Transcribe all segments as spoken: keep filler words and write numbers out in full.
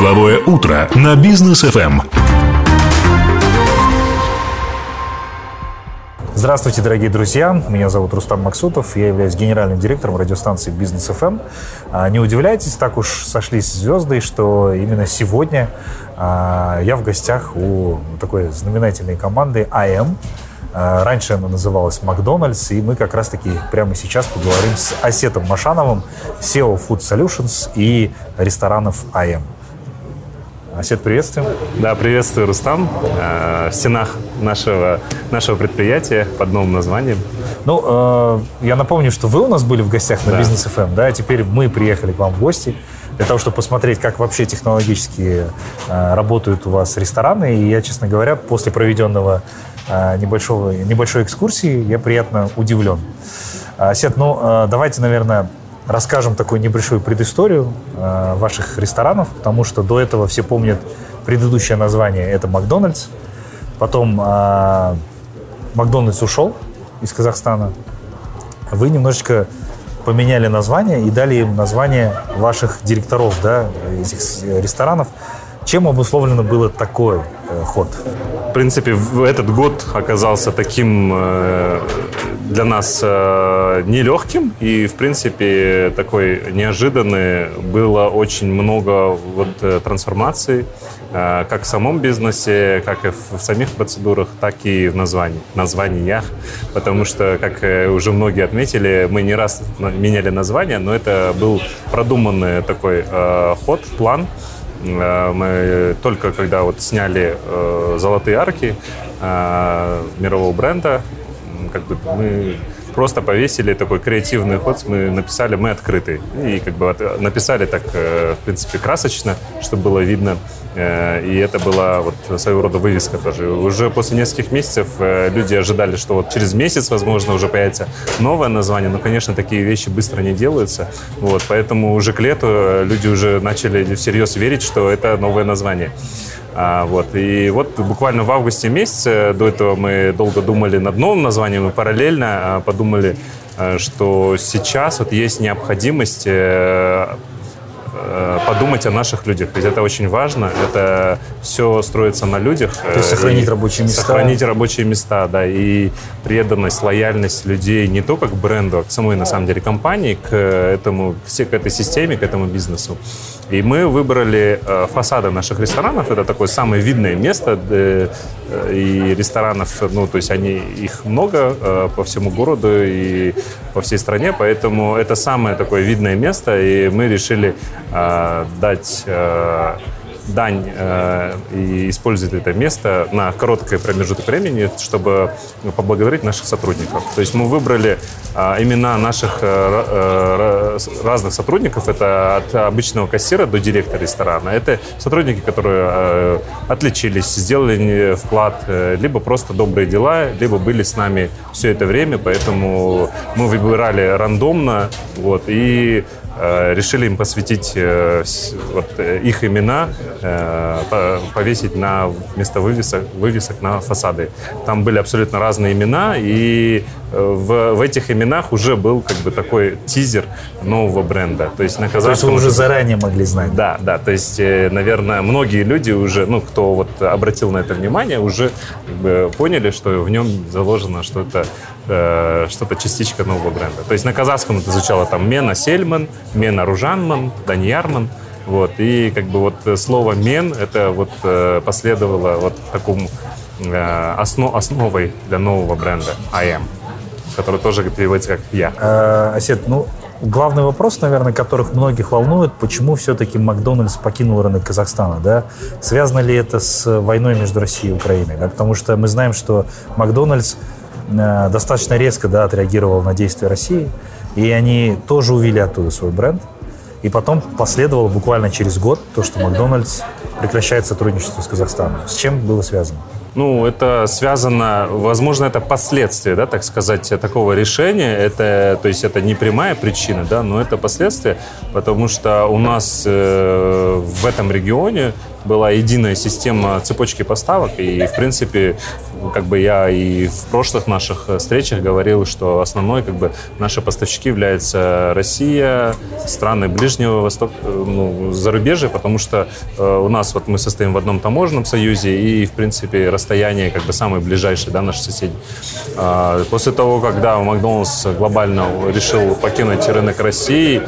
Деловое утро на Бизнес эф эм. Здравствуйте, дорогие друзья. Меня зовут Рустам Максутов. Я являюсь генеральным директором радиостанции Бизнес эф эм. Не удивляйтесь, так уж сошлись звезды, что именно сегодня я в гостях у такой знаменательной команды ай эм. Раньше она называлась Макдональдс, и мы как раз-таки прямо сейчас поговорим с Асетом Машановым, си и о Food Solutions и ресторанов ай эм. Асет, приветствуем. Да, приветствую, Рустам. В стенах нашего, нашего предприятия под новым названием. Ну, э, я напомню, что вы у нас были в гостях на да. Бизнес эф эм, да, а теперь мы приехали к вам в гости для того, чтобы посмотреть, как вообще технологически э, работают у вас рестораны. И я, честно говоря, после проведенного э, небольшого, небольшой экскурсии я приятно удивлен. Асет, ну, э, давайте, наверное, расскажем такую небольшую предысторию э, ваших ресторанов, потому что до этого все помнят предыдущее название – это Макдональдс. Потом э, Макдональдс ушел из Казахстана. Вы немножечко поменяли название и дали им название ваших директоров, да, этих ресторанов. Чем обусловлено было такой э, ход? В принципе, этот год оказался таким э, для нас э, нелегким и, в принципе, такой неожиданный. Было очень много вот, э, трансформаций, э, как в самом бизнесе, как и в, в самих процедурах, так и в названии, названиях. Потому что, как уже многие отметили, мы не раз меняли название, но это был продуманный такой э, ход, план. Мы только когда вот сняли э, «Золотые арки» э, мирового бренда, как бы мы просто повесили такой креативный ход, мы написали «Мы открыты». И как бы от, написали так, э, в принципе, красочно, чтобы было видно. Э, и это была вот своего рода вывеска тоже. Уже после нескольких месяцев э, люди ожидали, что вот через месяц, возможно, уже появится новое название. Но, конечно, такие вещи быстро не делаются. Вот, поэтому уже к лету люди уже начали всерьез верить, что это новое название. А, вот. И вот буквально в августе месяце, до этого мы долго думали над новым названием, и параллельно а, подумали, а, что сейчас вот есть необходимость а, а, подумать о наших людях. Ведь это очень важно, это все строится на людях. То есть сохранить рабочие места. Сохранить рабочие места, да, и преданность, лояльность людей не только к бренду, а к самой, на самом деле, компании, к этому, к этой системе, к этому бизнесу. И мы выбрали э, фасады наших ресторанов. Это такое самое видное место. Э, э, и ресторанов, ну, то есть они, их много э, по всему городу и по всей стране. Поэтому это самое такое видное место. И мы решили э, дать э, дань э, и использовать это место на короткий промежуток времени, чтобы поблагодарить наших сотрудников. То есть мы выбрали э, имена наших э, э, разных сотрудников. Это от обычного кассира до директора ресторана. Это сотрудники, которые э, отличились, сделали вклад, э, либо просто добрые дела, либо были с нами все это время. Поэтому мы выбирали рандомно, вот, и решили им посвятить э, вот, их имена, э, повесить на вместо вывесок, вывесок на фасады. Там были абсолютно разные имена, и в, в этих именах уже был как бы такой тизер нового бренда. То есть на казахском... То есть вы уже заранее могли знать. Да, да. То есть, наверное, многие люди уже, ну, кто вот обратил на это внимание, уже как бы поняли, что в нем заложено что-то, э, что-то частичка нового бренда. То есть на казахском это звучало там Мена Сельман, Мена Ружанман, Даньярман. Вот. И как бы вот слово «мен» это вот последовало вот такому э, основ, основой для нового бренда ай эм, который тоже переводится как «я». А, Асет, ну, главный вопрос, наверное, которых многих волнует, почему все-таки Макдональдс покинул рынок Казахстана, да? Связано ли это с войной между Россией и Украиной, да? Потому что мы знаем, что Макдональдс э, достаточно резко, да, отреагировал на действия России, и они тоже увели оттуда свой бренд. И потом последовало буквально через год то, что Макдональдс прекращает сотрудничество с Казахстаном. С чем было связано? Ну, это связано, возможно, это последствия, да, так сказать, такого решения. Это, то есть это не прямая причина, да, но это последствия, потому что у нас э, в этом регионе была единая система цепочки поставок, и, в принципе, как бы я и в прошлых наших встречах говорил, что основной как бы наши поставщики являются Россия, страны Ближнего Востока, ну, зарубежья, потому что э, у нас вот мы состоим в одном таможенном союзе и, в принципе, расстояние как бы самые ближайшие, да, наши соседи. Э, после того, когда Макдональдс глобально решил покинуть рынок России,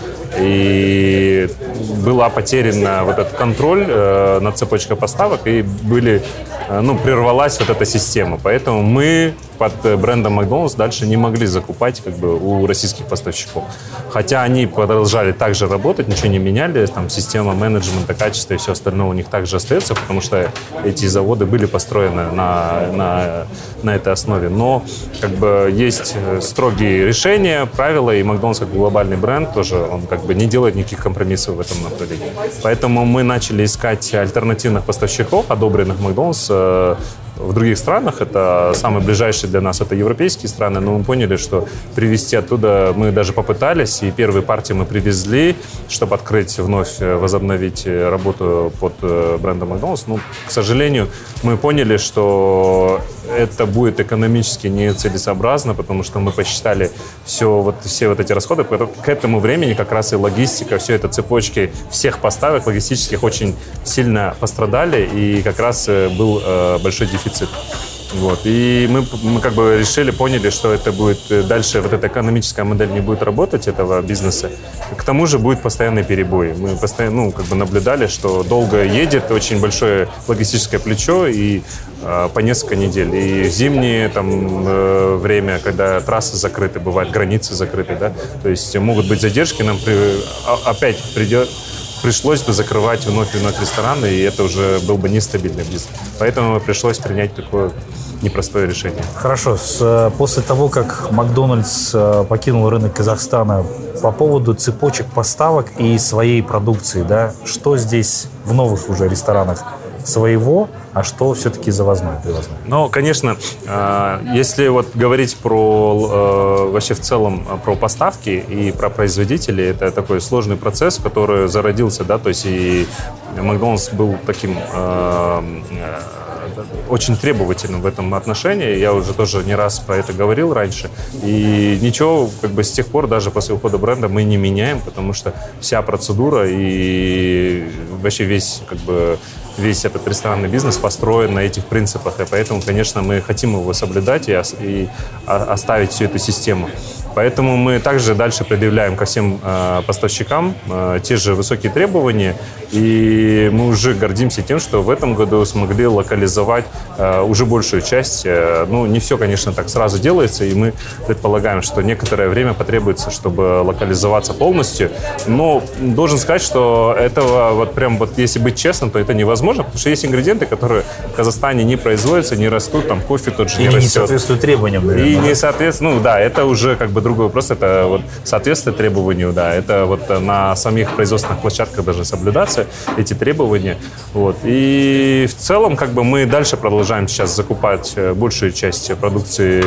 и была потеряна вот этот контроль э, над цепочкой поставок, и были, э, ну, прервалась вот эта система. Поэтому мы под брендом Макдональдс дальше не могли закупать как бы у российских поставщиков. Хотя они продолжали также работать, ничего не меняли, там система менеджмента, качества и все остальное у них также остается, потому что эти заводы были построены на, на, на этой основе. Но как бы есть строгие решения, правила, и Макдональдс как глобальный бренд тоже, он как бы не делает никаких компромиссов в этом направлении. Поэтому мы начали искать альтернативных поставщиков, одобренных Макдональдс, в других странах. Это самые ближайшие для нас, это европейские страны, но мы поняли, что привезти оттуда мы даже попытались, и первые партии мы привезли, чтобы открыть, вновь возобновить работу под брендом Макдональдс. Но, к сожалению, мы поняли, что это будет экономически нецелесообразно, потому что мы посчитали все вот, все вот эти расходы. К этому времени как раз и логистика, все это цепочки всех поставок логистических очень сильно пострадали, и как раз был большой дефицит. Вот. И мы, мы как бы решили, поняли, что это будет дальше, вот эта экономическая модель не будет работать, этого бизнеса. К тому же будет постоянный перебой. Мы постоянно, ну, как бы наблюдали, что долго едет, очень большое логистическое плечо, и э, по несколько недель. И в зимнее там, э, время, когда трассы закрыты, бывают границы закрыты, да, то есть могут быть задержки, нам при, опять придет... пришлось бы закрывать вновь и вновь рестораны, и это уже был бы нестабильный бизнес. Поэтому пришлось принять такое непростое решение. Хорошо. С, после того, как Макдональдс покинул рынок Казахстана, по поводу цепочек поставок и своей продукции, да, что здесь в новых уже ресторанах своего, а что все-таки завозное, привозное? Ну, конечно, если вот говорить про вообще в целом про поставки и про производителей, это такой сложный процесс, который зародился, да, то есть и Макдональдс был таким очень требовательным в этом отношении. Я уже тоже не раз про это говорил раньше. И ничего, как бы с тех пор, даже после ухода бренда, мы не меняем, потому что вся процедура и вообще весь, как бы, весь этот ресторанный бизнес построен на этих принципах. И поэтому, конечно, мы хотим его соблюдать и, и оставить всю эту систему. Поэтому мы также дальше предъявляем ко всем э, поставщикам э, те же высокие требования, и мы уже гордимся тем, что в этом году смогли локализовать э, уже большую часть. Э, ну, не все, конечно, так сразу делается, и мы предполагаем, что некоторое время потребуется, чтобы локализоваться полностью. Но должен сказать, что этого вот прям вот, если быть честным, то это невозможно, потому что есть ингредиенты, которые в Казахстане не производятся, не растут, там кофе тот же не и растет. И не соответствуют требованиям, наверное. И не соответствует, ну да, это уже как бы другой вопрос, это вот соответствие требованию, да, это вот на самих производственных площадках должны соблюдаться эти требования, вот. И в целом, как бы, мы дальше продолжаем сейчас закупать большую часть продукции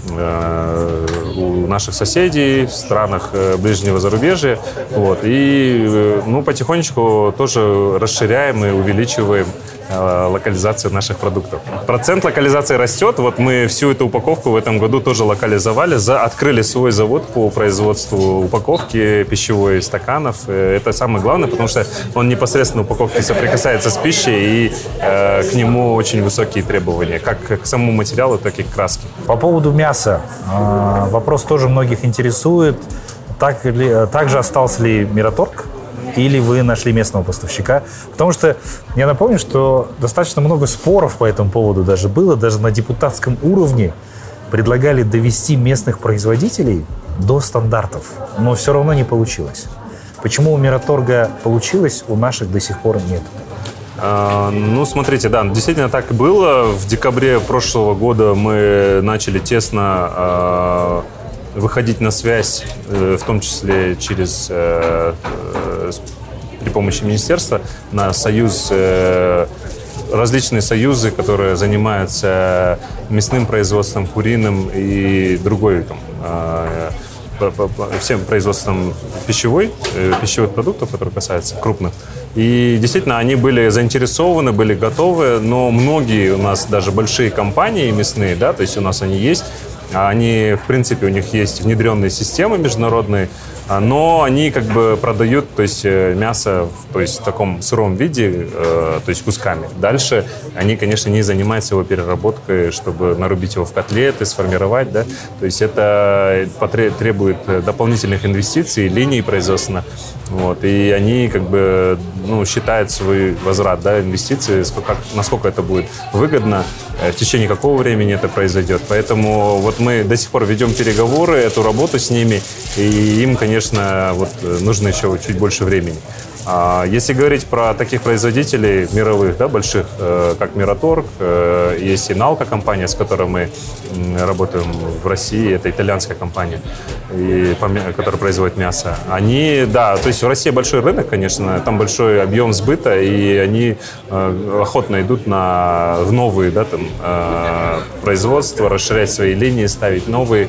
э, у наших соседей в странах ближнего зарубежья, вот. И, ну, потихонечку тоже расширяем и увеличиваем локализации наших продуктов. Процент локализации растет. Вот мы всю эту упаковку в этом году тоже локализовали, за, открыли свой завод по производству упаковки пищевой стаканов. Это самое главное, потому что он непосредственно упаковки соприкасается с пищей, и э, к нему очень высокие требования, как к самому материалу, так и к краске. По поводу мяса. Э, вопрос тоже многих интересует. Так ли, также остался ли Мираторг? Или вы нашли местного поставщика? Потому что я напомню, что достаточно много споров по этому поводу даже было. Даже на депутатском уровне предлагали довести местных производителей до стандартов. Но все равно не получилось. Почему у Мираторга получилось, у наших до сих пор нет? А, ну, смотрите, да, действительно так и было. В декабре прошлого года мы начали тесно а, выходить на связь, в том числе через при помощи министерства, на союз, различные союзы, которые занимаются мясным производством, куриным и другой там, по, по, по всем производствам пищевой, э, пищевых продуктов, которые касаются крупных. И действительно, они были заинтересованы, были готовы, но многие у нас даже большие компании мясные, да, то есть у нас они есть, они, в принципе, у них есть внедренные системы международные, но они как бы продают, то есть мясо в, то есть, в таком сыром виде, э, то есть кусками. Дальше они, конечно, не занимаются его переработкой, чтобы нарубить его в котлеты, сформировать, да. То есть это требует дополнительных инвестиций, линий производственных. Вот, и они как бы ну, считают свой возврат, да, инвестиции, сколько, насколько это будет выгодно, в течение какого времени это произойдет. Поэтому вот мы до сих пор ведем переговоры, эту работу с ними, и им, конечно, вот, нужно еще чуть больше времени. А если говорить про таких производителей мировых, да, больших, э, как Мираторг, э, есть и Налка компания, с которой мы э, работаем в России, это итальянская компания, и, которая производит мясо. Они, да, то есть в России большой рынок, конечно, там большой объем сбыта, и они э, охотно идут на, в новые, да, там, э, производства, расширять свои линии, ставить новые,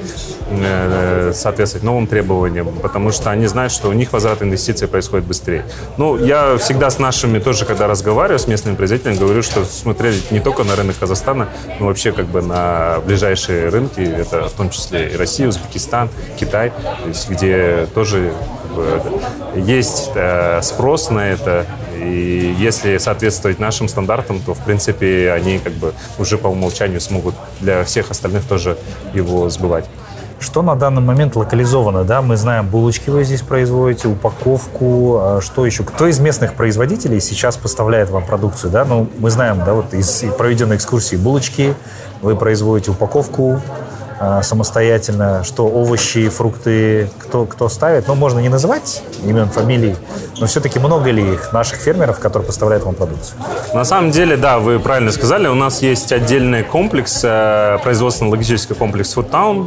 э, соответствовать новым требованиям, потому что они знают, что у них возврат инвестиций происходит быстрее. Ну, я всегда с нашими тоже, когда разговариваю с местными производителями, говорю, что смотреть не только на рынок Казахстана, но вообще как бы на ближайшие рынки, это в том числе и Россия, Узбекистан, Китай, то есть, где тоже как бы, есть э, спрос на это. И если соответствовать нашим стандартам, то, в принципе, они как бы уже по умолчанию смогут для всех остальных тоже его сбывать. Что на данный момент локализовано, да? Мы знаем, булочки вы здесь производите, упаковку, что еще? Кто из местных производителей сейчас поставляет вам продукцию, да? Ну, мы знаем, да, вот из проведенной экскурсии булочки, вы производите упаковку а, самостоятельно, что овощи, фрукты, кто, кто ставит? Ну, можно не называть имен, фамилий, но все-таки много ли их, наших фермеров, которые поставляют вам продукцию? На самом деле, да, вы правильно сказали, у нас есть отдельный комплекс, производственно-логистический комплекс Food Town.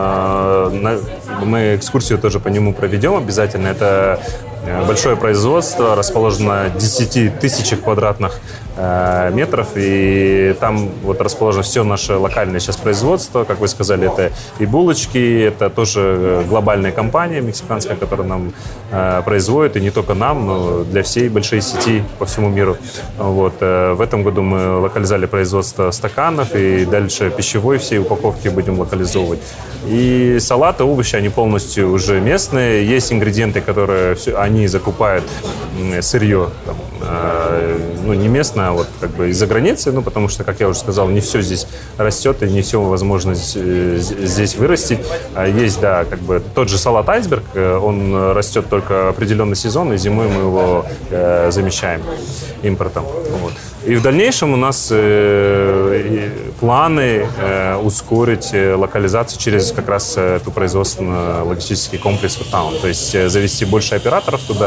Мы экскурсию тоже по нему проведем обязательно. Это большое производство, расположено в десяти тысячах квадратных э, метров, и там вот расположено все наше локальное сейчас производство, как вы сказали, это и булочки, это тоже глобальная компания мексиканская, которая нам э, производит, и не только нам, но для всей большой сети по всему миру. Вот. Э, в этом году мы локализовали производство стаканов, и дальше пищевой всей упаковки будем локализовывать. И салаты, овощи, они полностью уже местные, есть ингредиенты, которые все, они закупают сырье, там, э, ну, не местное, а вот как бы из-за границы, ну, потому что, как я уже сказал, не все здесь растет, и не все возможно здесь вырастить. Есть, да, как бы тот же салат айсберг, он растет только определенный сезон, и зимой мы его э, замещаем импортом. Вот. И в дальнейшем у нас э, планы э, ускорить э, локализацию через как раз эту производственно-логистический комплекс Food Town, то есть э, завести больше операторов туда.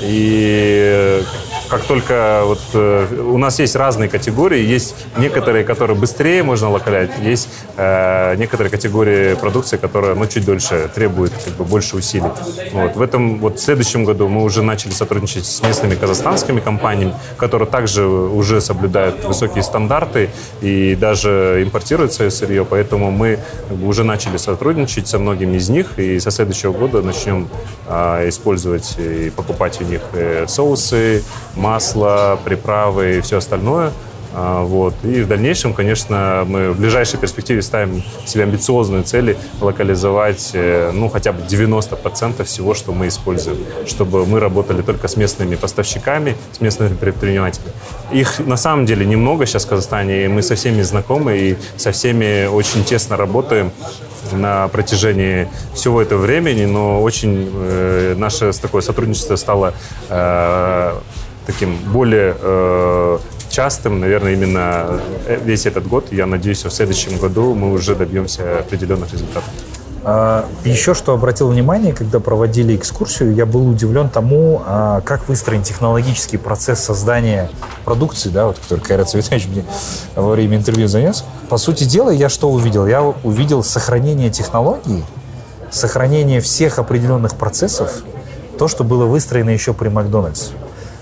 И как только вот, э, у нас есть разные категории, есть некоторые, которые быстрее можно локализовать, есть э, некоторые категории продукции, которые ну, чуть дольше требуют как бы, больше усилий. Вот. В этом вот в следующем году мы уже начали сотрудничать с местными казахстанскими компаниями, которые также уже соблюдают высокие стандарты и даже импортируют свое сырье, поэтому мы уже начали сотрудничать со многими из них, и со следующего года начнем а, использовать и покупать у них соусы, масло, приправы и все остальное. А, вот. И в дальнейшем, конечно, мы в ближайшей перспективе ставим себе амбициозные цели локализовать ну, хотя бы девяносто процентов всего, что мы используем, чтобы мы работали только с местными поставщиками, с местными предпринимателями. Их на самом деле немного сейчас в Казахстане, и мы со всеми знакомы и со всеми очень тесно работаем на протяжении всего этого времени, но очень э, наше такое сотрудничество стало э, таким более э, частым, наверное, именно весь этот год. Я надеюсь, что в следующем году мы уже добьемся определенных результатов. Еще что обратил внимание, когда проводили экскурсию, я был удивлен тому, как выстроен технологический процесс создания продукции, да, вот, который Кайрат Цветаевич мне во время интервью занес. По сути дела, я что увидел? Я увидел сохранение технологий, сохранение всех определенных процессов, то, что было выстроено еще при Макдональдс.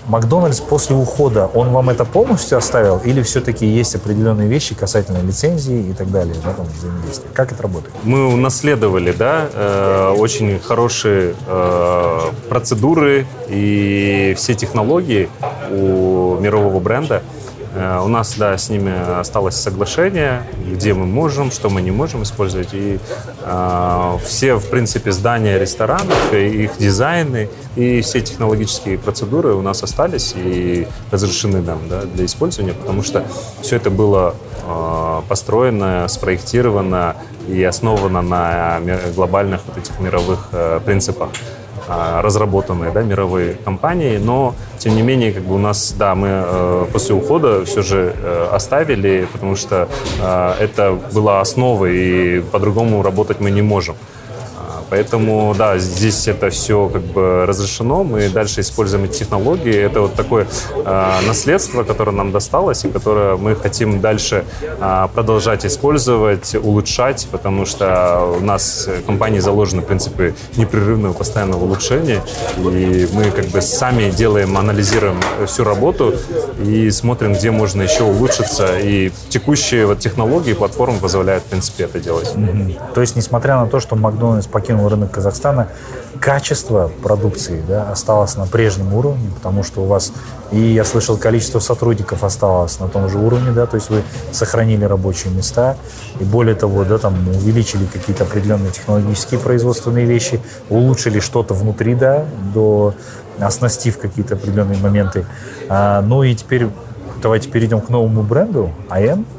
Макдональдс после ухода, он вам это полностью оставил или все-таки есть определенные вещи касательно лицензии и так далее, да, там, взаимодействия? Как это работает? Мы унаследовали, да, э, очень хорошие э, процедуры и все технологии у мирового бренда. Э, у нас, да, с ними осталось соглашение, где мы можем, что мы не можем использовать. И э, все, в принципе, здания ресторанов, их дизайны и все технологические процедуры у нас остались и разрешены нам, да, для использования, потому что все это было э, построено, спроектировано и основано на глобальных вот этих мировых э, принципах, э, разработанные, да, мировые компании. Но, тем не менее, как бы у нас, да, мы э, после ухода все же э, оставили, потому что э, это была основа, и по-другому работать мы не можем. Поэтому, да, здесь это все как бы разрешено, мы дальше используем эти технологии. Это вот такое э, наследство, которое нам досталось, и которое мы хотим дальше э, продолжать использовать, улучшать, потому что у нас в компании заложены принципы непрерывного постоянного улучшения, и мы как бы сами делаем, анализируем всю работу и смотрим, где можно еще улучшиться, и текущие вот технологии, платформы позволяют, в принципе, это делать. Mm-hmm. То есть, несмотря на то, что Макдональдс покинул рынок Казахстана, качество продукции, да, осталось на прежнем уровне, потому что у вас, и я слышал, количество сотрудников осталось на том же уровне, да, то есть вы сохранили рабочие места, и более того, да, там увеличили какие-то определенные технологические производственные вещи, улучшили что-то внутри, да, до оснастив какие-то определенные моменты. А, ну и теперь давайте перейдем к новому бренду ай эм.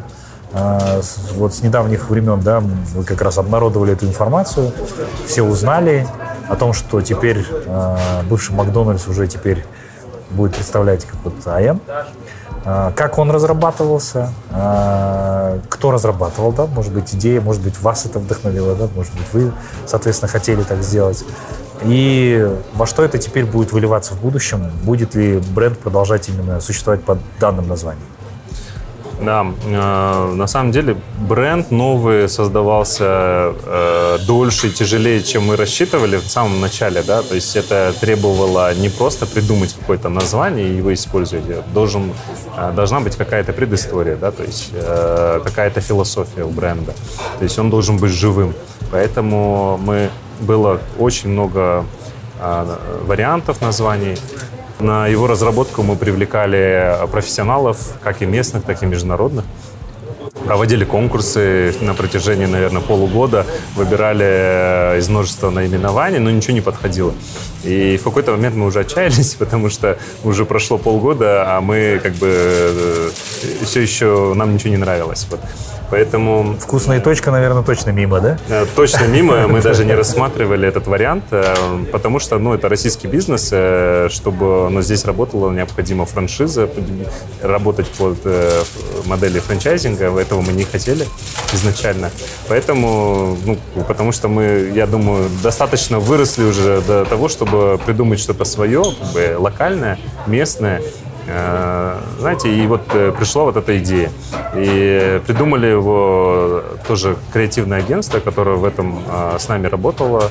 Вот с недавних времен, да, вы как раз обнародовали эту информацию, все узнали о том, что теперь э, бывший Макдональдс уже теперь будет представлять как вот ай эм. Э, как он разрабатывался, э, кто разрабатывал, да, может быть, идея, может быть, вас это вдохновило, да, может быть, вы, соответственно, хотели так сделать. И во что это теперь будет выливаться в будущем? Будет ли бренд продолжать именно существовать под данным названием? Да, э, на самом деле бренд новый создавался э, дольше и тяжелее, чем мы рассчитывали в самом начале, да, то есть это требовало не просто придумать какое-то название и его использовать, должен, э, должна быть какая-то предыстория, да, то есть э, какая-то философия у бренда, то есть он должен быть живым, поэтому мы, было очень много э, вариантов названий. На его разработку мы привлекали профессионалов, как и местных, так и международных. Проводили конкурсы на протяжении, наверное, полугода, выбирали из множества наименований, но ничего не подходило. И в какой-то момент мы уже отчаялись, потому что уже прошло полгода, а мы как бы все еще, нам ничего не нравилось. Вот. Поэтому... Вкусная точка, наверное, точно мимо, да? Точно мимо. Мы даже не рассматривали этот вариант, потому что, ну, это российский бизнес. Чтобы ну, здесь работала, необходима франшиза, работать под модели франчайзинга. Этого мы не хотели изначально. Поэтому, ну, потому что мы, я думаю, достаточно выросли уже до того, чтобы придумать что-то свое, как бы, локальное, местное. Знаете, и вот пришла вот эта идея. И придумали его тоже креативное агентство, которое в этом с нами работало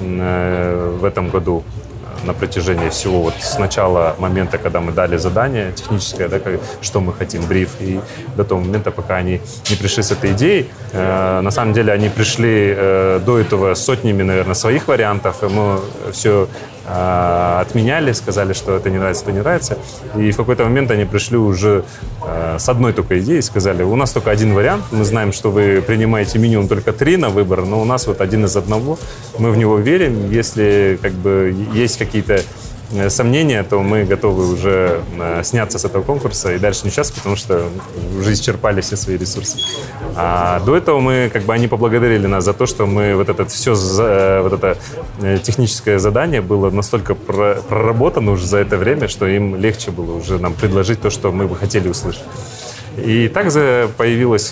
в этом году на протяжении всего, вот с начала момента, когда мы дали задание техническое, да, как, что мы хотим, бриф, и до того момента, пока они не пришли с этой идеей. Э, на самом деле они пришли э, до этого сотнями, наверное, своих вариантов, и мы все э, отменяли, сказали, что это не нравится, это не нравится. И в какой-то момент они пришли уже э, с одной только идеей, сказали, у нас только один вариант, мы знаем, что вы принимаете минимум только три на выбор, но у нас вот один из одного, мы в него верим, если как бы есть какие-то какие-то сомнения, то мы готовы уже сняться с этого конкурса и дальше не участвовать, потому что уже исчерпали все свои ресурсы. А до этого мы, как бы, они поблагодарили нас за то, что мы вот это все, вот это техническое задание было настолько проработано уже за это время, что им легче было уже нам предложить то, что мы бы хотели услышать. И так появилось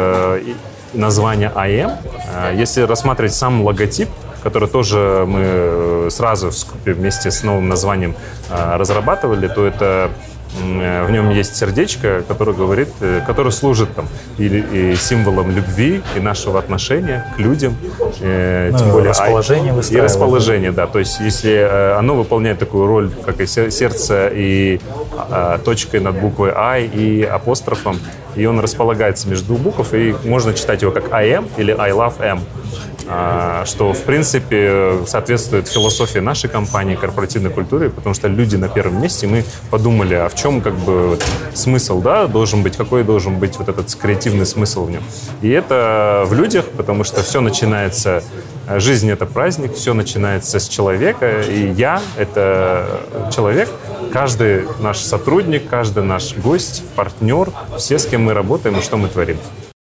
название ай эм. Если рассматривать сам логотип, который тоже мы сразу в скупе вместе с новым названием разрабатывали, то это в нем есть сердечко, которое говорит, которое служит там и, и символом любви и нашего отношения к людям, э, ну, тем более расположение и расположение, да. То есть если оно выполняет такую роль, как и сердце, и а, точкой над буквой I и апострофом, и он располагается между двух букв, и можно читать его как I am или I love M. Что, в принципе, соответствует философии нашей компании, корпоративной культуре, потому что люди на первом месте. Мы подумали, а в чем как бы смысл, да, должен быть, какой должен быть вот этот креативный смысл в нем. И это в людях, потому что все начинается, жизнь — это праздник, все начинается с человека, и я — это человек. Каждый наш сотрудник, каждый наш гость, партнер, все, с кем мы работаем и что мы творим.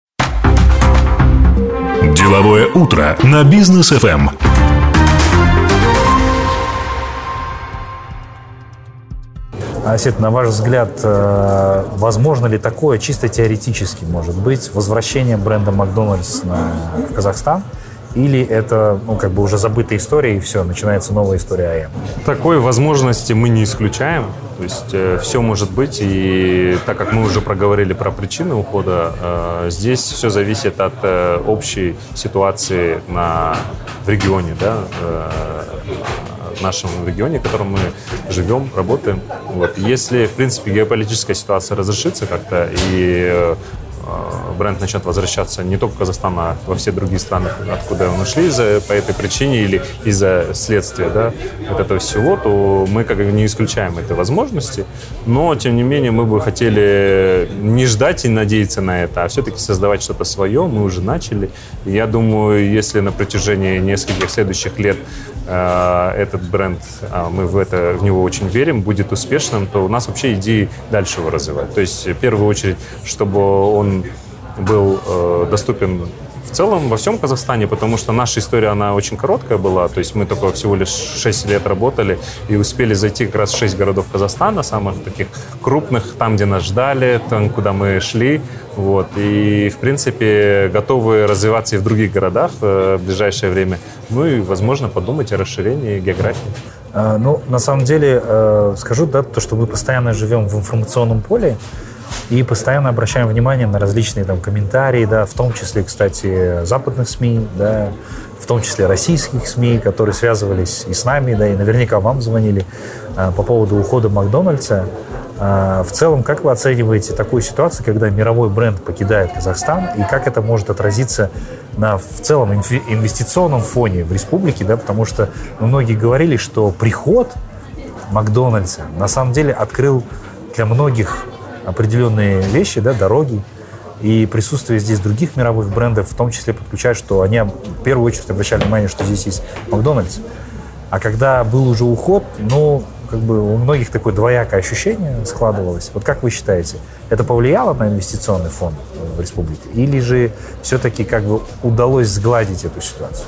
Деловое утро на Бизнес эф эм. Асет, на ваш взгляд, возможно ли такое, чисто теоретически, может быть, возвращение бренда Макдональдс на, в Казахстан? Или это, ну, как бы уже забытая история, и все, начинается новая история АЭМ? Такой возможности мы не исключаем. То есть э, все может быть. И так как мы уже проговорили про причины ухода, э, здесь все зависит от э, общей ситуации на, в регионе, да, э, в нашем регионе, в котором мы живем, работаем. Вот. Если, в принципе, геополитическая ситуация разрешится как-то, и э, бренд начнет возвращаться не только в Казахстан, а во все другие страны, откуда он ушли из-за, по этой причине или из-за следствия, да, от этого всего, то мы как бы не исключаем этой возможности. Но, тем не менее, мы бы хотели не ждать и надеяться на это, а все-таки создавать что-то свое. Мы уже начали. И я думаю, если на протяжении нескольких следующих лет э, этот бренд, э, мы в, это, в него очень верим, будет успешным, то у нас вообще идеи дальше его развивать. То есть, в первую очередь, чтобы он был э, доступен в целом во всем Казахстане, потому что наша история, она очень короткая была, то есть мы только всего лишь шесть лет работали и успели зайти как раз в шесть городов Казахстана, самых таких крупных, там, где нас ждали, там, куда мы шли, вот, и, в принципе, готовы развиваться и в других городах э, в ближайшее время, ну и, возможно, подумать о расширении географии. А, ну, на самом деле, э, скажу, да, то, что мы постоянно живем в информационном поле, и постоянно обращаем внимание на различные там комментарии, да, в том числе, кстати, западных СМИ, да, в том числе российских СМИ, которые связывались и с нами, да, и наверняка вам звонили а, по поводу ухода Макдональдса. А, в целом, как вы оцениваете такую ситуацию, когда мировой бренд покидает Казахстан, и как это может отразиться на в целом инвестиционном фоне в республике, да, потому что многие говорили, что приход Макдональдса на самом деле открыл для многих определенные вещи, да, дороги, и присутствие здесь других мировых брендов в том числе подключает, что они в первую очередь обращали внимание, что здесь есть Макдональдс. А когда был уже уход, ну, как бы у многих такое двоякое ощущение складывалось. Вот как вы считаете, это повлияло на инвестиционный фонд в республике? Или же все-таки как бы удалось сгладить эту ситуацию?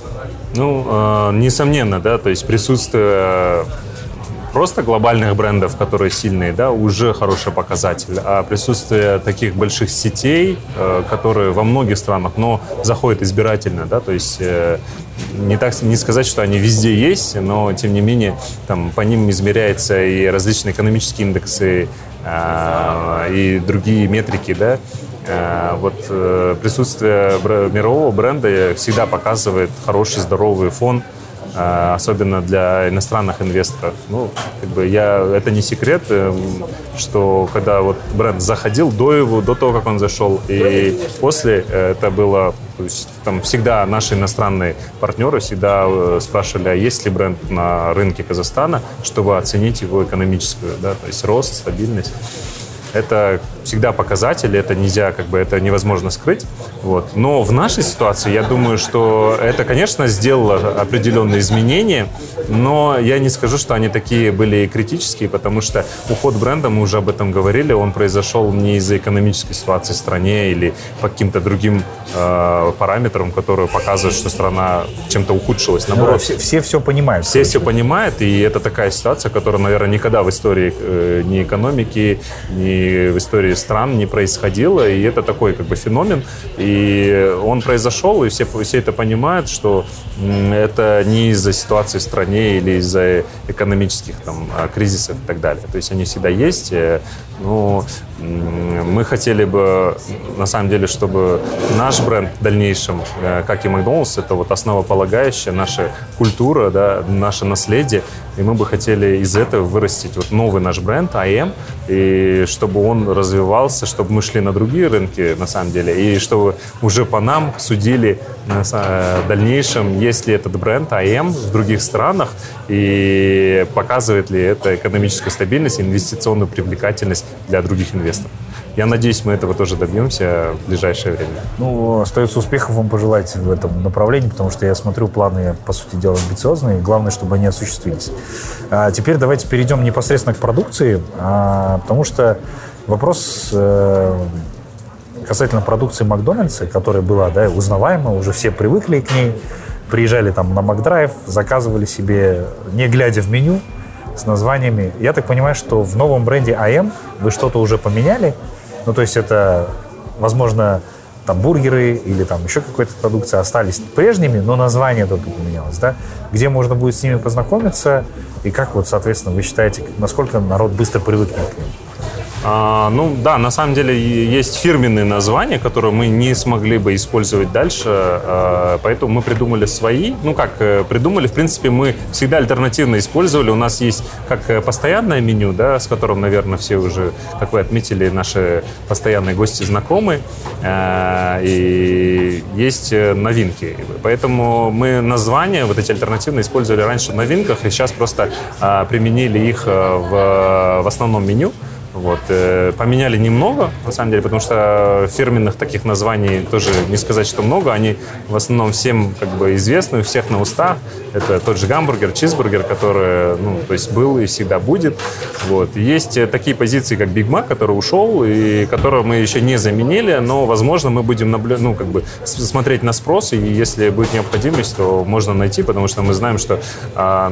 Ну, э, несомненно, да, то есть присутствие просто глобальных брендов, которые сильные, да, уже хороший показатель. А присутствие таких больших сетей, э, которые во многих странах, но заходят избирательно, да, то есть э, не так, не сказать, что они везде есть, но тем не менее там по ним измеряются и различные экономические индексы э, и другие метрики, да. Э, вот э, присутствие бр- мирового бренда всегда показывает хороший здоровый фон, особенно для иностранных инвесторов. Ну, как бы я, это не секрет, что когда вот бренд заходил до его, до того, как он зашел, и после это было, то есть, там всегда наши иностранные партнеры всегда спрашивали, а есть ли бренд на рынке Казахстана, чтобы оценить его экономическую, да, то есть рост, стабильность. Это всегда показатель, это нельзя, как бы, это невозможно скрыть. Вот. Но в нашей ситуации, я думаю, что это, конечно, сделало определенные изменения, но я не скажу, что они такие были критические, потому что уход бренда, мы уже об этом говорили, он произошел не из-за экономической ситуации в стране или по каким-то другим э, параметрам, которые показывают, что страна чем-то ухудшилась. Наоборот, ну, все, все все понимают. Все все понимают, и это такая ситуация, которая, наверное, никогда в истории э, ни экономики, ни в истории стран не происходило, и это такой как бы феномен, и он произошел, и все, все это понимают, что это не из-за ситуации в стране или из-за экономических там кризисов и так далее. То есть они всегда есть, но мы хотели бы, на самом деле, чтобы наш бренд в дальнейшем, как и Макдональдс, это вот основополагающая наша культура, да, наше наследие, и мы бы хотели из этого вырастить вот новый наш бренд ай эм, и чтобы он развивался, чтобы мы шли на другие рынки, на самом деле, и чтобы уже по нам судили в дальнейшем, есть ли этот бренд ай эм в других странах, и показывает ли это экономическую стабильность, инвестиционную привлекательность для других инвесторов. Я надеюсь, мы этого тоже добьемся в ближайшее время. Ну, остается успехов вам пожелать в этом направлении, потому что я смотрю, планы, по сути дела, амбициозные, и главное, чтобы они осуществились. А теперь давайте перейдем непосредственно к продукции, а, потому что вопрос э, касательно продукции Макдональдса, которая была, да, узнаваема, уже все привыкли к ней, приезжали там на Макдрайв, заказывали себе, не глядя в меню, с названиями. Я так понимаю, что в новом бренде ай эм вы что-то уже поменяли. Ну, то есть это, возможно, там бургеры или там еще какая-то продукция остались прежними, но название только поменялось, да? Где можно будет с ними познакомиться и как вот, соответственно, вы считаете, насколько народ быстро привыкнет к ним? А, ну да, на самом деле есть фирменные названия, которые мы не смогли бы использовать дальше, а, поэтому мы придумали свои. Ну как придумали, в принципе, мы всегда альтернативно использовали. У нас есть как постоянное меню, да, с которым, наверное, все уже, как вы отметили, наши постоянные гости знакомы, а, и есть новинки. Поэтому мы названия, вот эти альтернативные, использовали раньше в новинках, и сейчас просто а, применили их в, в основном меню. Вот. Поменяли немного, на самом деле, потому что фирменных таких названий тоже не сказать, что много. Они в основном всем как бы известны, у всех на устах. Это тот же гамбургер, чизбургер, который, ну, то есть был и всегда будет. Вот. Есть такие позиции, как Биг Мак, который ушел и которого мы еще не заменили, но, возможно, мы будем наблю... ну, как бы смотреть на спрос, и если будет необходимость, то можно найти, потому что мы знаем, что а,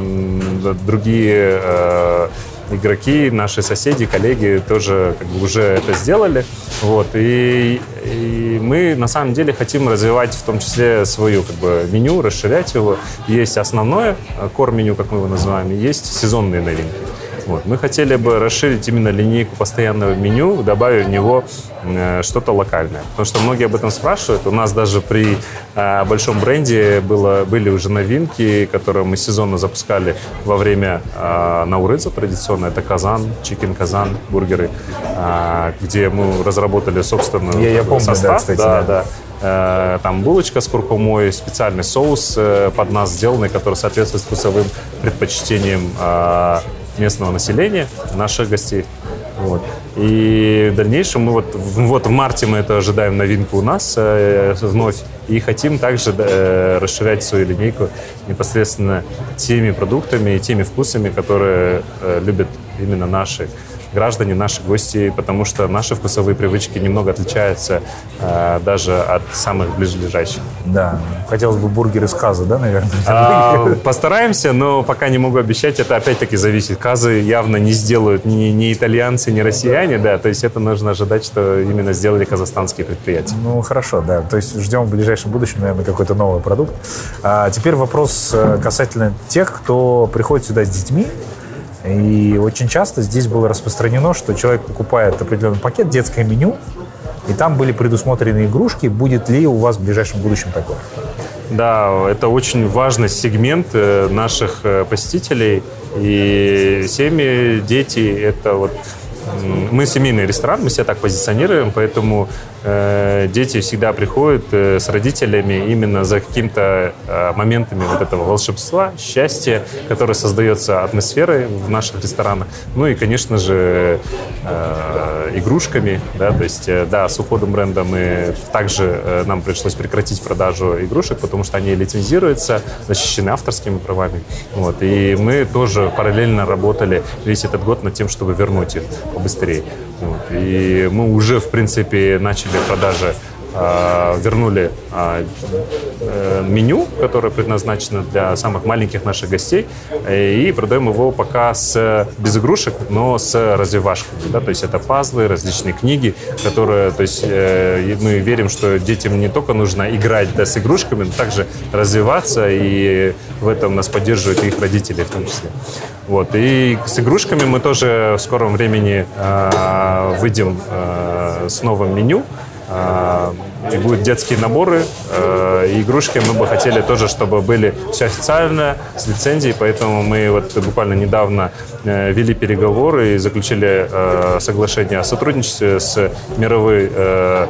другие а, игроки, наши соседи, коллеги тоже как бы уже это сделали. Вот. И, и мы на самом деле хотим развивать в том числе свое как бы меню, расширять его. Есть основное кор-меню, как мы его называем, и есть сезонные новинки. Вот. Мы хотели бы расширить именно линейку постоянного меню, добавив в него э, что-то локальное. Потому что многие об этом спрашивают. У нас даже при э, большом бренде было, были уже новинки, которые мы сезонно запускали во время э, Наурыза традиционно. Это казан, чикен казан, бургеры, э, где мы разработали собственный я, я помню, состав. Да, кстати, да, да. Да. Там булочка с куркумой, специальный соус э, под нас сделанный, который соответствует вкусовым предпочтениям э, местного населения, наших гостей. Вот. И в дальнейшем мы вот, вот в марте мы это ожидаем новинку у нас э, вновь и хотим также э, расширять свою линейку непосредственно теми продуктами и теми вкусами, которые э, любят именно наши граждане, наши гости, потому что наши вкусовые привычки немного отличаются э, даже от самых ближайших. Да, хотелось бы бургеры с Казы, да, наверное? А, постараемся, но пока не могу обещать, это опять-таки зависит. Казы явно не сделают ни, ни итальянцы, ни россияне, да, то есть это нужно ожидать, что именно сделали казахстанские предприятия. Ну, хорошо, да, то есть ждем в ближайшем будущем, наверное, какой-то новый продукт. А теперь вопрос касательно тех, кто приходит сюда с детьми. И очень часто здесь было распространено, что человек покупает определенный пакет, детское меню, и там были предусмотрены игрушки. Будет ли у вас в ближайшем будущем такое? Да, это очень важный сегмент наших посетителей. И семьи, дети, это вот... Мы семейный ресторан, мы себя так позиционируем, поэтому э, дети всегда приходят э, с родителями именно за какими-то э, моментами вот этого волшебства, счастья, которое создается атмосферой в наших ресторанах. Ну и, конечно же, э, игрушками, да, то есть, э, да, с уходом бренда мы также, э, нам пришлось прекратить продажу игрушек, потому что они лицензируются, защищены авторскими правами. Вот, и мы тоже параллельно работали весь этот год над тем, чтобы вернуть их побыстрее. Вот. И мы уже, в принципе, начали продажи э, вернули э, э, меню, которое предназначено для самых маленьких наших гостей, и продаем его пока с, без игрушек, но с развивашками. Да? То есть это пазлы, различные книги, которые, то есть э, мы верим, что детям не только нужно играть, да, с игрушками, но также развиваться, и в этом нас поддерживают их родители в том числе. Вот. И с игрушками мы тоже в скором времени э, выйдем э, с новым меню. Э, и будут детские наборы, э, и игрушки мы бы хотели тоже, чтобы были все официально, с лицензией, поэтому мы вот буквально недавно э, вели переговоры и заключили э, соглашение о сотрудничестве с мировой э,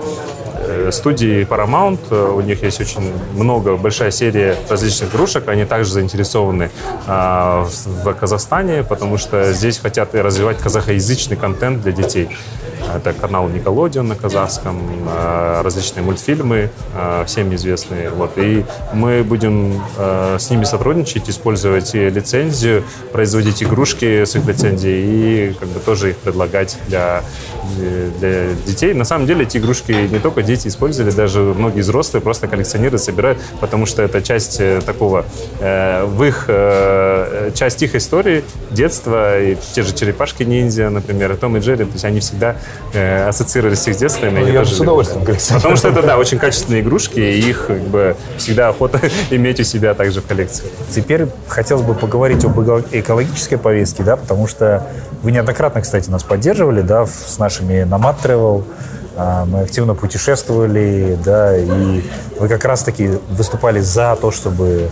студии Paramount. У них есть очень много, большая серия различных игрушек. Они также заинтересованы а, в, в Казахстане, потому что здесь хотят развивать казахоязычный контент для детей. Это канал Nickelodeon на казахском, а, различные мультфильмы, а, всем известные. Вот. И мы будем а, с ними сотрудничать, использовать лицензию, производить игрушки с их лицензией и как бы тоже их предлагать для, для детей. На самом деле эти игрушки не только дети использовали, даже многие взрослые просто коллекционируют, собирают, потому что это часть такого, э, в их, э, часть их истории, детства, и те же черепашки-ниндзя, например, и Том и Джерри, то есть они всегда э, ассоциировались с их детством. Ну, я бы с удовольствием коллекционирую. Потому что это, да, очень качественные игрушки, и их как бы всегда охота иметь у себя также в коллекции. Теперь хотелось бы поговорить об экологической повестке, да, потому что вы неоднократно, кстати, нас поддерживали, да, с нашими Nomad Travel. Мы активно путешествовали, да, и вы как раз-таки выступали за то, чтобы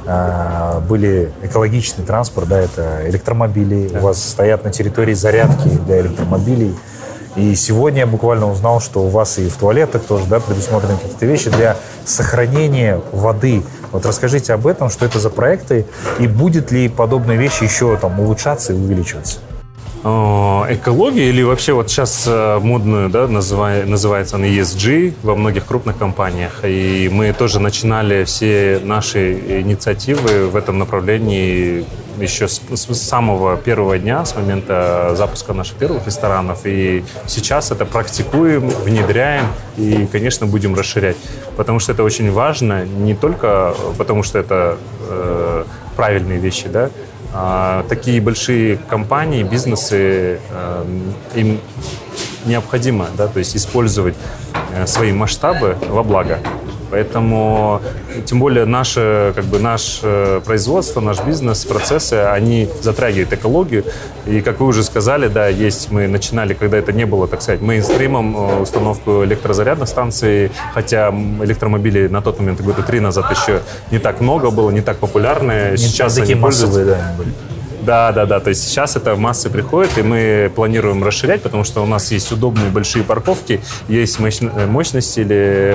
а, были экологичный транспорт, да, это электромобили. Да. У вас стоят на территории зарядки для электромобилей. И сегодня я буквально узнал, что у вас и в туалетах тоже, да, предусмотрены какие-то вещи для сохранения воды. Вот расскажите об этом, что это за проекты, и будет ли подобные вещи еще там улучшаться и увеличиваться? Экология или вообще вот сейчас модную, да, называй, называется она и эс джи во многих крупных компаниях. И мы тоже начинали все наши инициативы в этом направлении еще с, с самого первого дня, с момента запуска наших первых ресторанов. И сейчас это практикуем, внедряем и, конечно, будем расширять. Потому что это очень важно, не только потому что это э, правильные вещи, да, а, такие большие компании, бизнесы, э, им необходимо, да, то есть использовать э, свои масштабы во благо. Поэтому, тем более, наше, как бы, наше производство, наш бизнес, процессы, они затрагивают экологию. И, как вы уже сказали, да, есть, мы начинали, когда это не было, так сказать, мейнстримом, установку электрозарядных станций, хотя электромобилей на тот момент, года три назад, еще не так много было, не так популярны. Не сейчас такие они массовые, да, они были. Да, да, да. То есть сейчас это массы приходят, и мы планируем расширять, потому что у нас есть удобные большие парковки, есть мощности или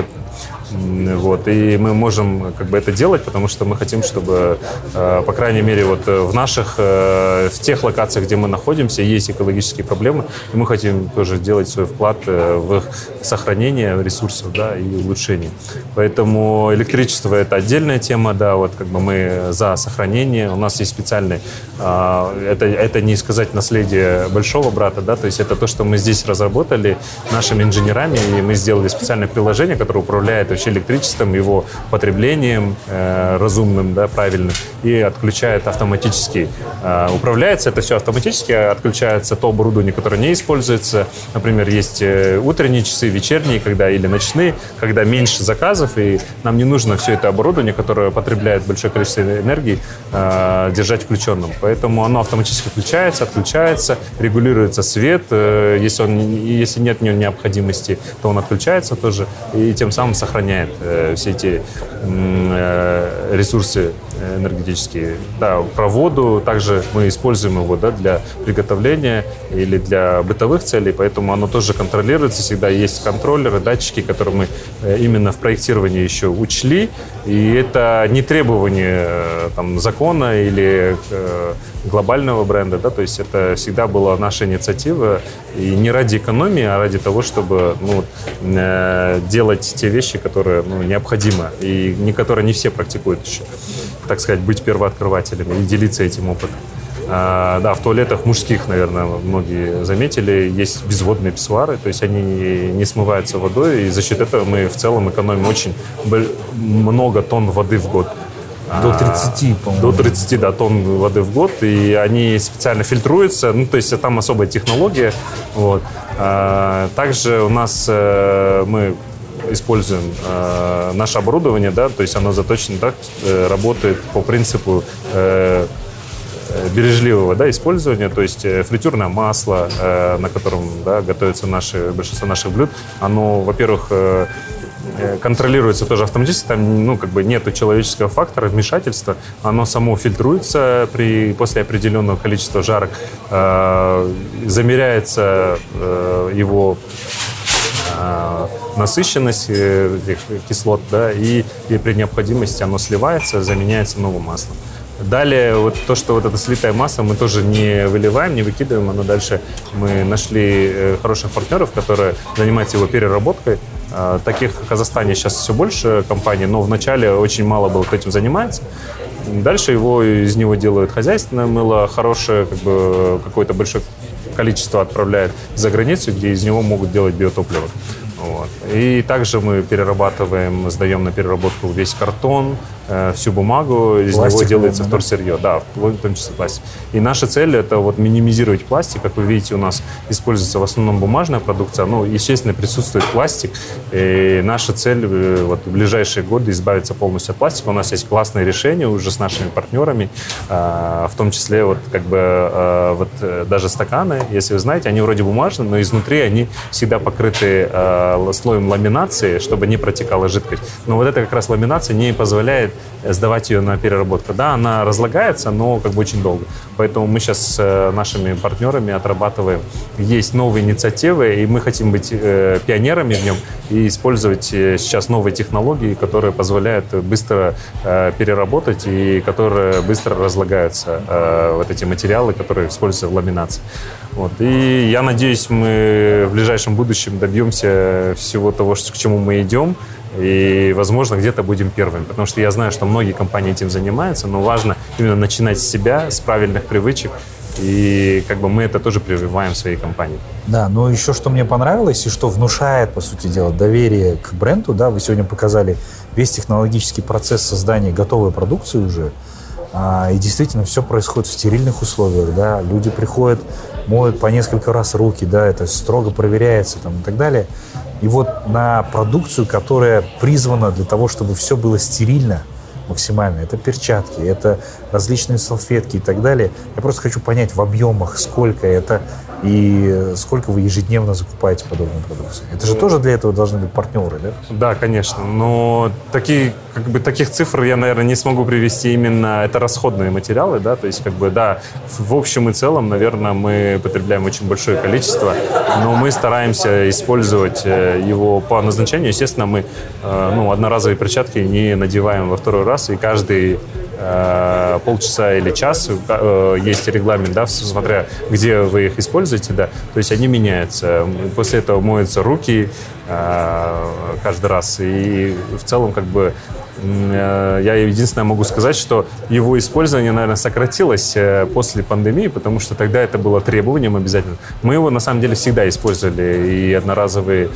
вот, и мы можем как бы это делать, потому что мы хотим, чтобы, э, по крайней мере, вот в наших, э, в тех локациях, где мы находимся, есть экологические проблемы, и мы хотим тоже делать свой вклад э, в их сохранение ресурсов, да, и улучшение. Поэтому электричество — это отдельная тема, да, вот как бы мы за сохранение. У нас есть специальный, э, это, это не сказать наследие большого брата, да, то есть это то, что мы здесь разработали нашими инженерами, и мы сделали специальное приложение, которое управляет вообще электричеством, его потреблением э, разумным, да, правильным, и отключает автоматически. Э, управляется это все автоматически, отключается то оборудование, которое не используется. Например, есть э, утренние часы, вечерние, когда или ночные, когда меньше заказов, и нам не нужно все это оборудование, которое потребляет большое количество энергии, э, держать включенным. Поэтому оно автоматически включается, отключается, регулируется свет. Э, если, он, если нет в нем необходимости, то он отключается тоже, и тем самым сохраняет э, все эти э, ресурсы энергетические. Да, про воду также мы используем его, да, для приготовления или для бытовых целей, поэтому оно тоже контролируется. Всегда есть контроллеры, датчики, которые мы э, именно в проектировании еще учли. И это не требование э, там, закона или э, глобального бренда, да, то есть это всегда была наша инициатива, и не ради экономии, а ради того, чтобы, ну, э, делать те вещи, которые, ну, необходимы, и не, которые не все практикуют еще, так сказать, быть первооткрывателями и делиться этим опытом. А, да, в туалетах мужских, наверное, многие заметили, есть безводные писсуары, то есть они не смываются водой, и за счет этого мы в целом экономим очень много тонн воды в год. До тридцати, по-моему. До тридцати, да, тонн воды в год, и они специально фильтруются, ну, то есть там особая технология. Вот. А, также у нас а, мы используем а, наше оборудование, да, то есть оно заточено так, работает по принципу а, бережливого, да, использования, то есть фритюрное масло, а, на котором, да, готовятся наши, большинство наших блюд, оно, во-первых, контролируется тоже автоматически, там, ну, как бы нету человеческого фактора, вмешательства, оно само фильтруется при, после определенного количества жарок, э, замеряется э, его э, насыщенность э, кислот, да, и, и при необходимости оно сливается, заменяется новым маслом. Далее, вот то, что вот это слитое масло мы тоже не выливаем, не выкидываем, оно дальше мы нашли э, хороших партнеров, которые занимаются его переработкой. Таких в Казахстане сейчас все больше компаний, но вначале очень мало было кто этим занимается. Дальше его, из него делают хозяйственное мыло, хорошее, как бы, какое-то большое количество отправляют за границу, где из него могут делать биотопливо. Вот. И также мы перерабатываем, сдаем на переработку весь картон, э, всю бумагу, из пластик, него делается наверное, вторсырье, да, в том числе пластик. И наша цель — это вот минимизировать пластик. Как вы видите, у нас используется в основном бумажная продукция, ну, естественно, присутствует пластик. И наша цель вот, в ближайшие годы избавиться полностью от пластика. У нас есть классные решения уже с нашими партнерами, э, в том числе вот, как бы, э, вот, даже стаканы, если вы знаете, они вроде бумажные, но изнутри они всегда покрыты э, слоем ламинации, чтобы не протекала жидкость. Но вот эта как раз ламинация не позволяет сдавать ее на переработку. Да, она разлагается, но как бы очень долго. Поэтому мы сейчас с нашими партнерами отрабатываем. Есть новые инициативы, и мы хотим быть э, пионерами в нем и использовать сейчас новые технологии, которые позволяют быстро э, переработать и которые быстро разлагаются, э, вот эти материалы, которые используются в ламинации. Вот. И я надеюсь, мы в ближайшем будущем добьемся всего того, к чему мы идем, и, возможно, где-то будем первыми. Потому что я знаю, что многие компании этим занимаются, но важно именно начинать с себя, с правильных привычек, и как бы мы это тоже прививаем в своей компании. Да, но еще что мне понравилось и что внушает, по сути дела, доверие к бренду, да, вы сегодня показали весь технологический процесс создания готовой продукции уже, а, и действительно все происходит в стерильных условиях, да, люди приходят, моют по несколько раз руки, да, это строго проверяется там, и так далее. И вот на продукцию, которая призвана для того, чтобы все было стерильно максимально, это перчатки, это различные салфетки и так далее. Я просто хочу понять в объемах, сколько это и сколько вы ежедневно закупаете подобную продукцию. Это же тоже для этого должны быть партнеры, да? Да, конечно, но такие, как бы, таких цифр я, наверное, не смогу привести именно, это расходные материалы, да, то есть, как бы, да, в общем и целом, наверное, мы потребляем очень большое количество, но мы стараемся использовать его по назначению. Естественно, мы, ну, одноразовые перчатки не надеваем во второй раз, и каждый полчаса или час есть регламент, да, смотря где вы их используете, да, то есть они меняются. После этого моются руки каждый раз, и в целом, как бы, я единственное могу сказать, что его использование, наверное, сократилось после пандемии, потому что тогда это было требованием обязательно. Мы его, на самом деле, всегда использовали, и одноразовые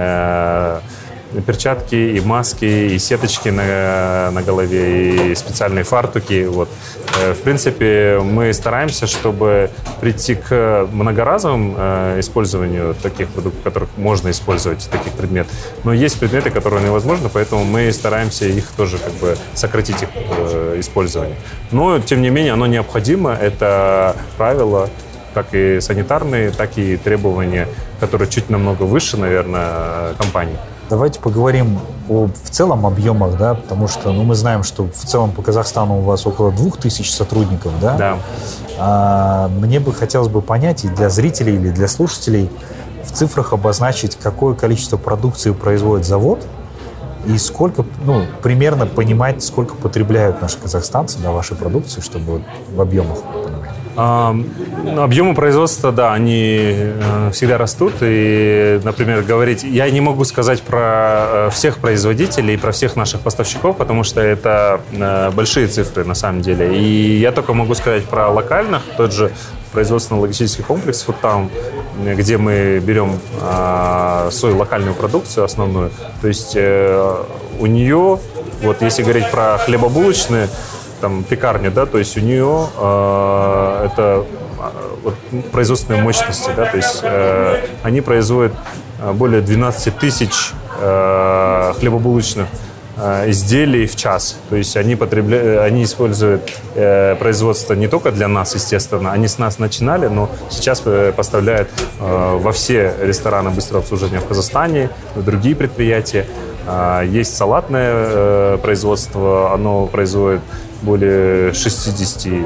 перчатки, и маски, и сеточки на, на голове, и специальные фартуки. Вот. В принципе, мы стараемся, чтобы прийти к многоразовому использованию таких продуктов, которых можно использовать, таких предметов. Но есть предметы, которые невозможно, поэтому мы стараемся их тоже как бы сократить их использование. Но, тем не менее, оно необходимо. Это правило, как и санитарные, так и требования, которые чуть намного выше, наверное, компании. Давайте поговорим о в целом объемах, да, потому что, ну, мы знаем, что в целом по Казахстану у вас около двух тысяч сотрудников, да? Да. А, мне бы хотелось бы понять и для зрителей, или для слушателей в цифрах обозначить, какое количество продукции производит завод и сколько, ну, примерно понимать, сколько потребляют наши казахстанцы, да, вашей продукции, чтобы в объемах понимать. Объемы производства, да, они всегда растут. И, например, говорить... Я не могу сказать про всех производителей, про всех наших поставщиков, потому что это большие цифры на самом деле. И я только могу сказать про локальных, тот же производственно-логистический комплекс Foodtown, где мы берем свою локальную продукцию основную. То есть у нее, вот если говорить про хлебобулочные, там, пекарню, да, то есть у нее э, это вот, производственные мощности, да, то есть э, они производят более двенадцать тысяч э, хлебобулочных э, изделий в час. То есть они, потребля... они используют э, производство не только для нас, естественно, они с нас начинали, но сейчас поставляют э, во все рестораны быстрого обслуживания в Казахстане, в другие предприятия. Э, есть салатное э, производство, оно производит более шестидесяти,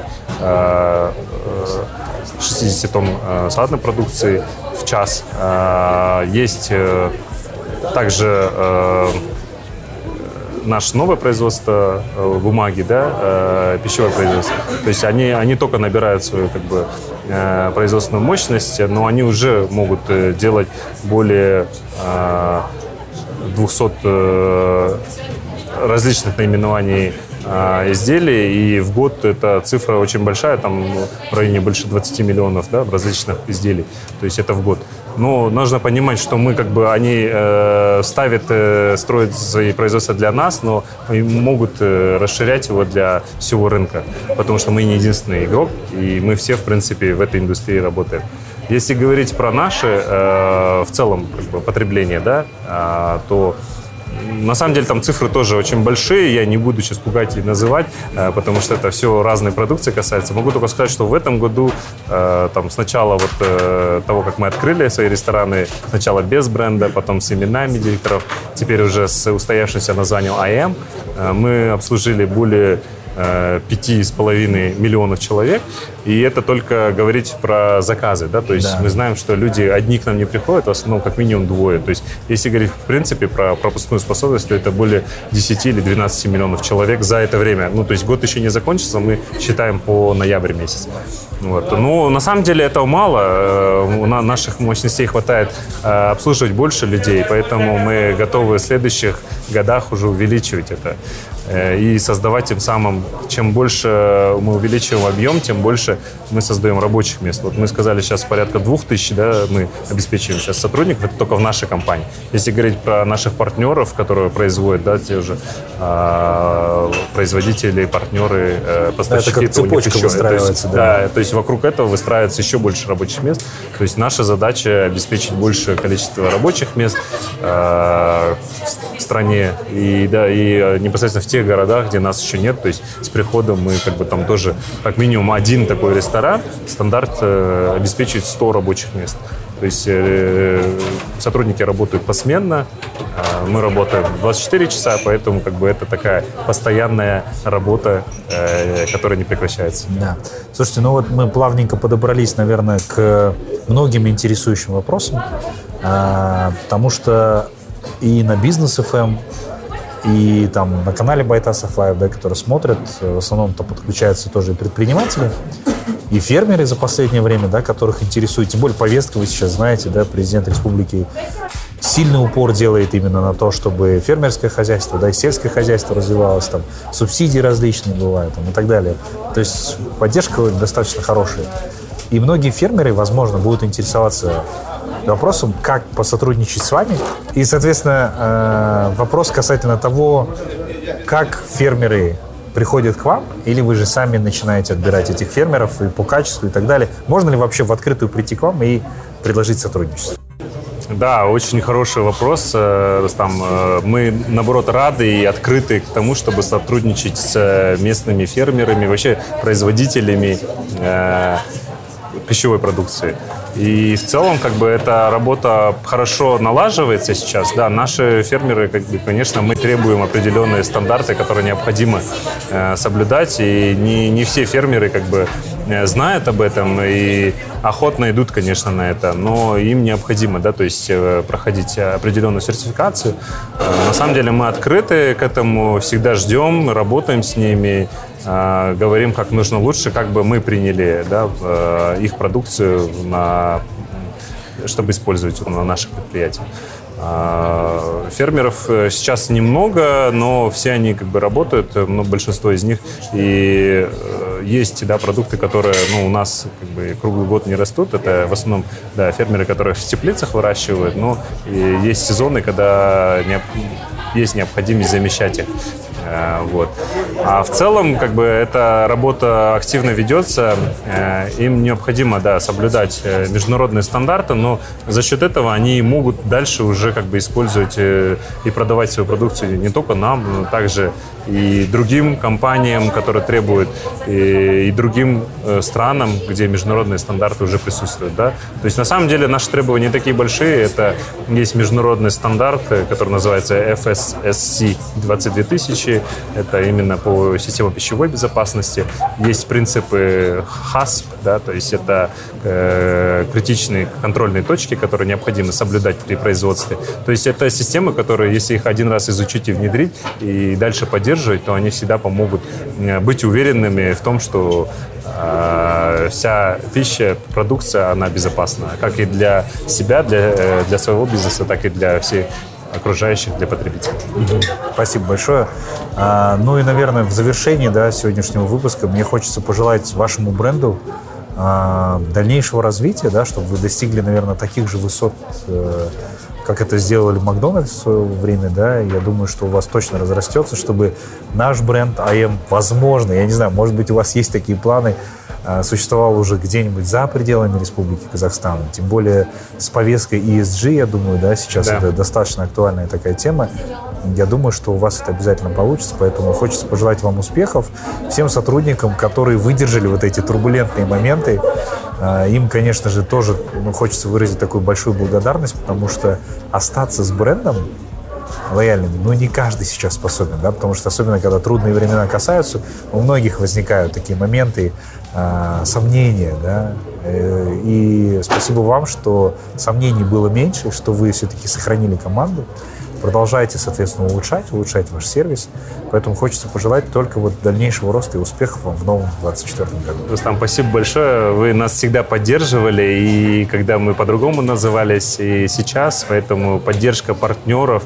шестидесяти тонн салатной продукции в час. Есть также наше новое производство бумаги, да, пищевое производство. То есть они, они только набирают свою как бы, производственную мощность, но они уже могут делать более двухсот различных наименований изделий, и в год эта цифра очень большая, там в районе больше двадцати миллионов, да, различных изделий, то есть это в год. Но нужно понимать, что мы как бы, они э, ставят, э, строят свои производства для нас, но могут э, расширять его для всего рынка, потому что мы не единственный игрок, и мы все, в принципе, в этой индустрии работаем. Если говорить про наше, э, в целом, как бы, потребление, да, э, то на самом деле там цифры тоже очень большие, я не буду сейчас пугать и называть, потому что это все разные продукции касается. Могу только сказать, что в этом году, там, с начала вот того, как мы открыли свои рестораны, сначала без бренда, потом с именами директоров, теперь уже с устоявшимся названием ай эм, мы обслужили более пяти с половиной миллионов человек, и это только говорить про заказы, да, то есть да. Мы знаем, что люди одни к нам не приходят, в основном как минимум двое, то есть если говорить в принципе про пропускную способность, то это более десяти или двенадцати миллионов человек за это время, ну то есть год еще не закончится, мы считаем по ноябрь месяц. Вот. Но на самом деле этого мало, у наших мощностей хватает обслуживать больше людей, поэтому мы готовы в следующих годах уже увеличивать это и создавать тем самым, чем больше мы увеличиваем объем, тем больше мы создаем рабочих мест. Вот мы сказали, сейчас порядка двух тысяч, да, мы обеспечиваем сейчас сотрудников, это только в нашей компании. Если говорить про наших партнеров, которые производят, да, те же э, производители, партнеры, э, поставщики. Да, это как цепочка еще, выстраивается. То есть, да. Да, то есть вокруг этого выстраивается еще больше рабочих мест. То есть наша задача обеспечить большее количество рабочих мест э, в стране и, да, и непосредственно в тех городах, где нас еще нет. То есть с приходом мы как бы там тоже как минимум один такой ресторан, стандарт э, обеспечивает сто рабочих мест. То есть э, сотрудники работают посменно, э, мы работаем двадцать четыре часа, поэтому как бы это такая постоянная работа, э, которая не прекращается. Да. Слушайте, ну вот мы плавненько подобрались, наверное, к многим интересующим вопросам, э, потому что и на Бизнес эф эм, и там на канале Байтасов Лайв, да, которые смотрят, в основном-то подключаются тоже и предприниматели, и фермеры за последнее время, да, которых интересует, тем более повестка, вы сейчас знаете, да, президент республики сильный упор делает именно на то, чтобы фермерское хозяйство, да, и сельское хозяйство развивалось, там, субсидии различные бывают, там, и так далее. То есть поддержка достаточно хорошая. И многие фермеры, возможно, будут интересоваться вопросом, как посотрудничать с вами. И, соответственно, вопрос касательно того, как фермеры приходят к вам, или вы же сами начинаете отбирать этих фермеров и по качеству и так далее. Можно ли вообще в открытую прийти к вам и предложить сотрудничество? Да, очень хороший вопрос, Рустам. Мы, наоборот, рады и открыты к тому, чтобы сотрудничать с местными фермерами, вообще производителями э, пищевой продукции. И в целом, как бы, эта работа хорошо налаживается сейчас. Да, наши фермеры, как бы, конечно, мы требуем определенные стандарты, которые необходимо э, соблюдать. И не, не все фермеры, как бы, знают об этом и охотно идут, конечно, на это. Но им необходимо, да, то есть э, проходить определенную сертификацию. Э, на самом деле мы открыты к этому, всегда ждем, работаем с ними. э, говорим, как нужно лучше, как бы мы приняли, да, э, их продукцию, на, чтобы использовать на наших предприятиях. Фермеров сейчас немного, но все они как бы работают, ну, большинство из них. И есть, да, продукты, которые, ну, у нас как бы круглый год не растут. Это в основном, да, фермеры, которые в теплицах выращивают. Но и есть сезоны, когда необ... есть необходимость замещать их. Вот. А в целом, как бы, эта работа активно ведется. Им необходимо, да, соблюдать международные стандарты, но за счет этого они могут дальше уже как бы использовать и продавать свою продукцию не только нам, но также и другим компаниям, которые требуют, и, и другим странам, где международные стандарты уже присутствуют. Да? То есть на самом деле наши требования не такие большие. Это есть международный стандарт, который называется эф эс эс си двадцать две тысячи. Это именно по системе пищевой безопасности. Есть принципы хасп, да, то есть это э, критичные контрольные точки, которые необходимо соблюдать при производстве. То есть это системы, которые, если их один раз изучить и внедрить, и дальше поддерживать, то они всегда помогут быть уверенными в том, что э, вся пища, продукция, она безопасна. Как и для себя, для, для своего бизнеса, так и для всех окружающих, для потребителей. Спасибо большое. А, ну и, наверное, в завершении, да, сегодняшнего выпуска мне хочется пожелать вашему бренду а, дальнейшего развития, да, чтобы вы достигли, наверное, таких же высот, э, как это сделали Макдональдс в свое время, да. Я думаю, что у вас точно разрастется, чтобы наш бренд эй эм, возможно, я не знаю, может быть, у вас есть такие планы, существовал уже где-нибудь за пределами Республики Казахстан. Тем более с повесткой и эс джи, я думаю, да, сейчас да. Это достаточно актуальная такая тема. Я думаю, что у вас это обязательно получится, поэтому хочется пожелать вам успехов. Всем сотрудникам, которые выдержали вот эти турбулентные моменты, им, конечно же, тоже, ну, хочется выразить такую большую благодарность, потому что остаться с брендом лояльными, ну, не каждый сейчас способен, да, потому что особенно, когда трудные времена касаются, у многих возникают такие моменты, э, сомнения, да, э, и спасибо вам, что сомнений было меньше, что вы все-таки сохранили команду, продолжайте, соответственно, улучшать, улучшать ваш сервис, поэтому хочется пожелать только вот дальнейшего роста и успехов вам в новом двадцать четвёртом году. Рустам, спасибо большое, вы нас всегда поддерживали, и когда мы по-другому назывались, и сейчас, поэтому поддержка партнеров,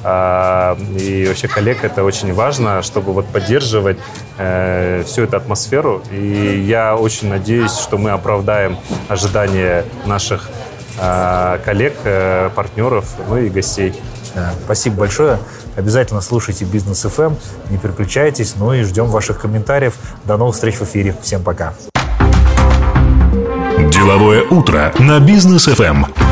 и вообще коллег, это очень важно, чтобы вот поддерживать э, всю эту атмосферу. И я очень надеюсь, что мы оправдаем ожидания наших э, коллег, э, партнеров, ну и гостей. Да, спасибо большое. Обязательно слушайте Бизнес эф эм, не переключайтесь, ну и ждем ваших комментариев. До новых встреч в эфире. Всем пока. Деловое утро на Бизнес эф эм.